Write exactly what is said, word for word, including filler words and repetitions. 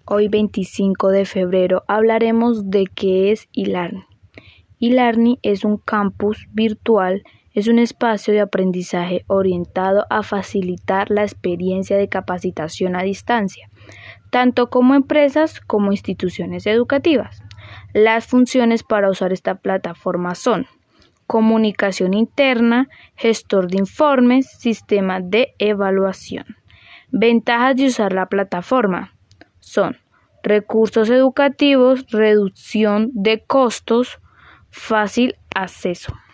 Hoy veinticinco de febrero hablaremos de qué es e-learning. E-learning es un campus virtual, es un espacio de aprendizaje orientado a facilitar la experiencia de capacitación a distancia, tanto como empresas como instituciones educativas. Las funciones para usar esta plataforma son comunicación interna, gestor de informes, sistema de evaluación. Ventajas de usar la plataforma son recursos educativos, reducción de costos, fácil acceso.